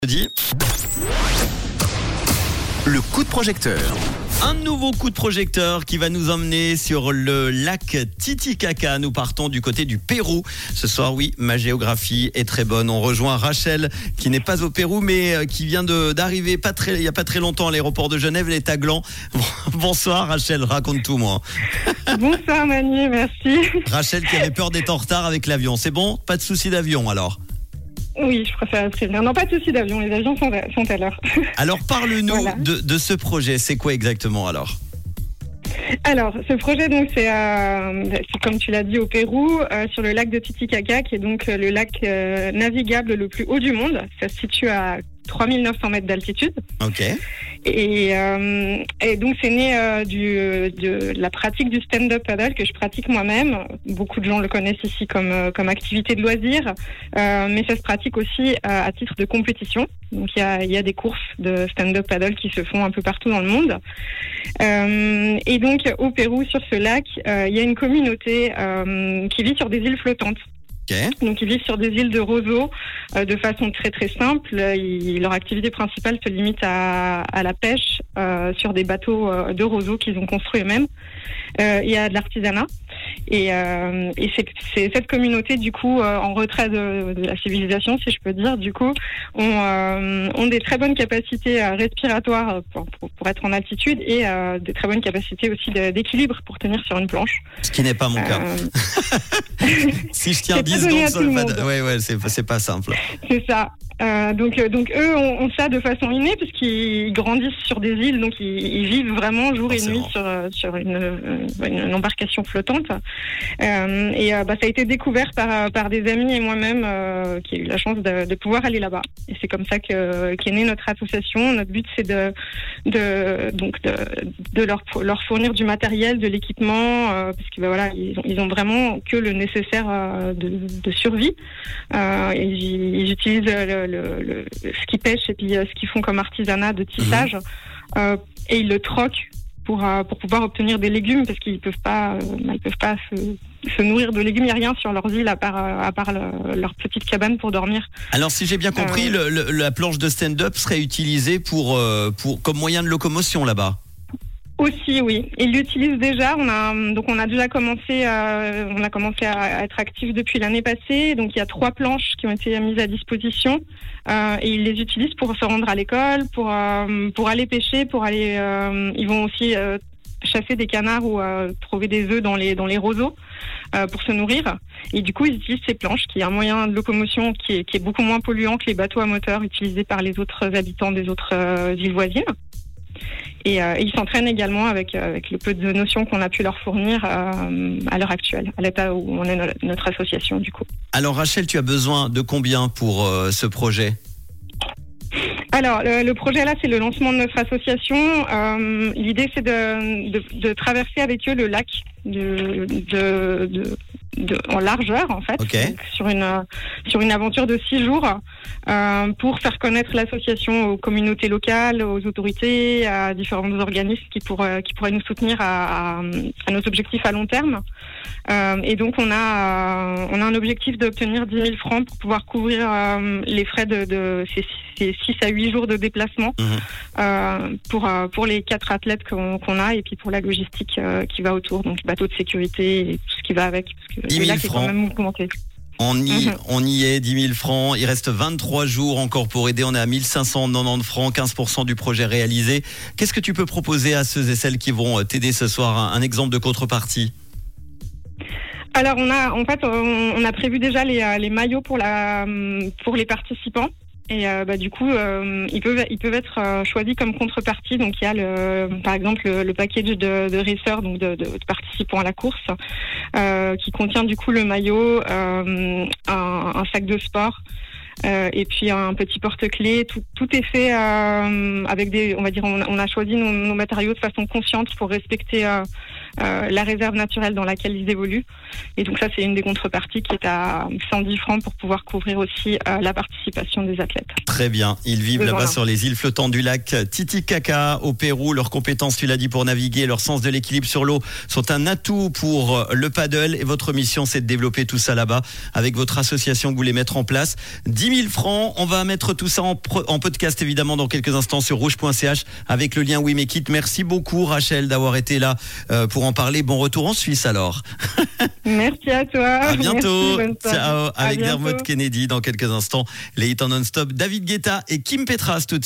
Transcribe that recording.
Dit. Le coup de projecteur. Un nouveau coup de projecteur qui va nous emmener sur le lac Titicaca. Nous partons du côté du Pérou. Ce soir, oui, ma géographie est très bonne. On rejoint Rachel, qui n'est pas au Pérou, mais qui vient d'arriver il n'y a pas très longtemps à l'aéroport de Genève, les Taglan. Bonsoir Rachel, raconte tout moi. Bonsoir Manu, merci. Rachel qui avait peur d'être en retard avec l'avion. C'est bon? Pas de souci d'avion alors? Oui, je préfère prévenir. Non, pas de souci d'avion, les avions sont à l'heure. Alors parle-nous Voilà. de ce projet. C'est quoi exactement alors? Alors, ce projet, donc, c'est comme tu l'as dit, au Pérou, sur le lac de Titicaca, qui est donc le lac navigable le plus haut du monde. Ça se situe à 3900 mètres d'altitude. Ok. Et donc, c'est né de la pratique du stand-up paddle que je pratique moi-même. Beaucoup de gens le connaissent ici comme activité de loisir, mais ça se pratique aussi à titre de compétition. Donc, il y a des courses de stand-up paddle qui se font un peu partout dans le monde. Et donc, au Pérou, sur ce lac, il y a une communauté qui vit sur des îles flottantes. Okay. Donc, ils vivent sur des îles de roseaux de façon très très simple. Leur activité principale se limite à la pêche sur des bateaux de roseaux qu'ils ont construits eux-mêmes. Il y a de l'artisanat. Et c'est cette communauté, du coup, en retrait de la civilisation, si je peux dire, du coup, ont des très bonnes capacités respiratoires pour être en altitude et des très bonnes capacités aussi d'équilibre pour tenir sur une planche. Ce qui n'est pas mon cas. Si je tiens 10 secondes sur le paddle, ouais, c'est pas simple. C'est ça. Donc eux ont ça de façon innée puisqu'ils grandissent sur des îles, donc ils vivent vraiment jour et nuit sur une embarcation flottante. Ça a été découvert par des amis et moi-même qui ai eu la chance de pouvoir aller là-bas. Et c'est comme ça qu'est née notre association. Notre but, c'est de leur fournir du matériel, de l'équipement, parce que voilà, ils ont vraiment que le nécessaire de survie. Ils utilisent ce qu'ils pêchent et puis ce qu'ils font comme artisanat de tissage, et ils le troquent pour pouvoir obtenir des légumes parce qu'ils peuvent pas se nourrir de légumes. Il n'y a rien sur leurs îles à part leur petite cabane pour dormir. Alors si j'ai bien compris, la planche de stand-up serait utilisée comme moyen de locomotion là-bas. Aussi, oui. Ils l'utilisent déjà. On a déjà commencé à être actifs depuis l'année passée. Donc, il y a 3 planches qui ont été mises à disposition. Et ils les utilisent pour se rendre à l'école, pour aller pêcher, ils vont aussi chasser des canards ou trouver des œufs dans les roseaux pour se nourrir. Et du coup, ils utilisent ces planches, qui est un moyen de locomotion qui est beaucoup moins polluant que les bateaux à moteur utilisés par les autres habitants des autres îles voisines. Et ils s'entraînent également avec le peu de notions qu'on a pu leur fournir à l'heure actuelle, à l'état où on est notre association du coup. Alors Rachel, tu as besoin de combien pour ce projet ? Alors le projet là, c'est le lancement de notre association. L'idée, c'est de traverser avec eux le lac en largeur en fait, okay. Donc, sur une aventure de 6 jours pour faire connaître l'association aux communautés locales, aux autorités, à différents organismes qui pourraient nous soutenir à nos objectifs à long terme. Et donc on a un objectif d'obtenir 10 000 francs pour pouvoir couvrir les frais de ces 6 à 8 jours de déplacement pour les 4 athlètes qu'on a et puis pour la logistique qui va autour, donc bateau de sécurité et tout ce qui va avec, parce que 10 000 le lac francs. est quand même mouvementé. On y est, 10 000 francs. Il reste 23 jours encore pour aider. On est à 1 590 francs, 15% du projet réalisé. Qu'est-ce que tu peux proposer à ceux et celles qui vont t'aider ce soir? Un exemple de contrepartie? Alors on a prévu déjà les maillots pour les participants. Et du coup, ils peuvent être choisis comme contrepartie. Donc il y a par exemple le package de racers, donc de participants à la course, qui contient du coup le maillot, un sac de sport. Et puis un petit porte-clés, tout est fait avec on a choisi nos matériaux de façon consciente pour respecter la réserve naturelle dans laquelle ils évoluent. Et donc ça, c'est une des contreparties qui est à 110 francs pour pouvoir couvrir aussi la participation des athlètes. Très bien. Ils vivent là-bas sur les îles flottantes du lac Titicaca au Pérou. Leurs compétences, tu l'as dit, pour naviguer, leur sens de l'équilibre sur l'eau sont un atout pour le paddle. Et votre mission, c'est de développer tout ça là-bas avec votre association que vous voulez mettre en place. 10 000 francs. On va mettre tout ça en podcast, évidemment, dans quelques instants sur rouge.ch avec le lien We Make It. Merci beaucoup, Rachel, d'avoir été là pour en parler. Bon retour en Suisse, alors. Merci à toi. À bientôt. Merci, ciao. Avec bientôt. Dermot Kennedy dans quelques instants. Les hits en non-stop. David Guetta et Kim Petras tout de suite.